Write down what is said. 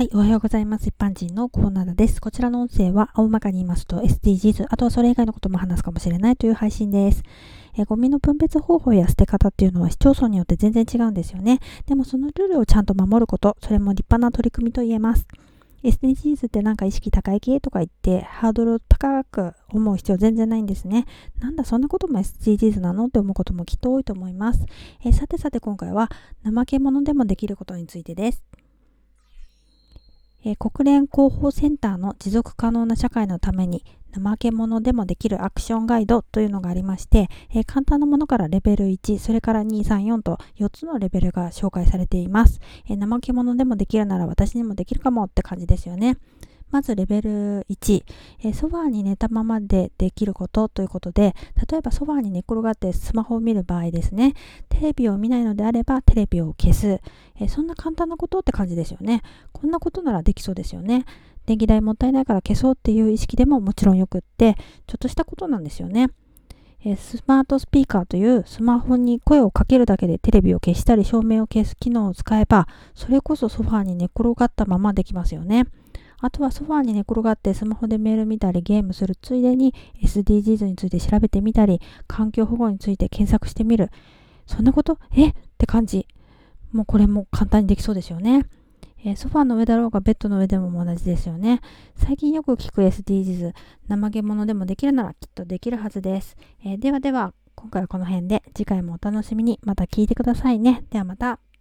はい、おはようございます。一般人のコーナーです。こちらの音声は大まかに言いますと SDGs、あとはそれ以外のことも話すかもしれないという配信です。ゴミの分別方法や捨て方っていうのは市町村によって全然違うんですよね。でもそのルールをちゃんと守ること、それも立派な取り組みと言えます。SDGs ってなんか意識高い系とか言ってハードルを高く思う必要全然ないんですね。なんだそんなことも SDGs なのって思うこともきっと多いと思います。さて今回は怠け者でもできることについてです。国連広報センターの持続可能な社会のために怠け者でもできるアクションガイドというのがありまして、簡単なものからレベル1、それから2、3、4と4つのレベルが紹介されています。怠け者でもできるなら私にもできるかもって感じですよね。まずレベル1、ソファーに寝たままでできることということで、例えばソファーに寝転がってスマホを見る場合ですね、テレビを見ないのであればテレビを消す、そんな簡単なことって感じですよね。こんなことならできそうですよね。電気代もったいないから消そうっていう意識でももちろんよくって、ちょっとしたことなんですよね。スマートスピーカーというスマホに声をかけるだけでテレビを消したり照明を消す機能を使えば、それこそソファーに寝転がったままできますよね。あとはソファーに寝転がってスマホでメール見たりゲームするついでに SDGs について調べてみたり、環境保護について検索してみる。そんなことって感じ。もうこれも簡単にできそうですよね。ソファーの上だろうがベッドの上でも同じですよね。最近よく聞く SDGs、怠け者でもできるならきっとできるはずです。では今回はこの辺で、次回もお楽しみに。また聞いてくださいね。ではまた。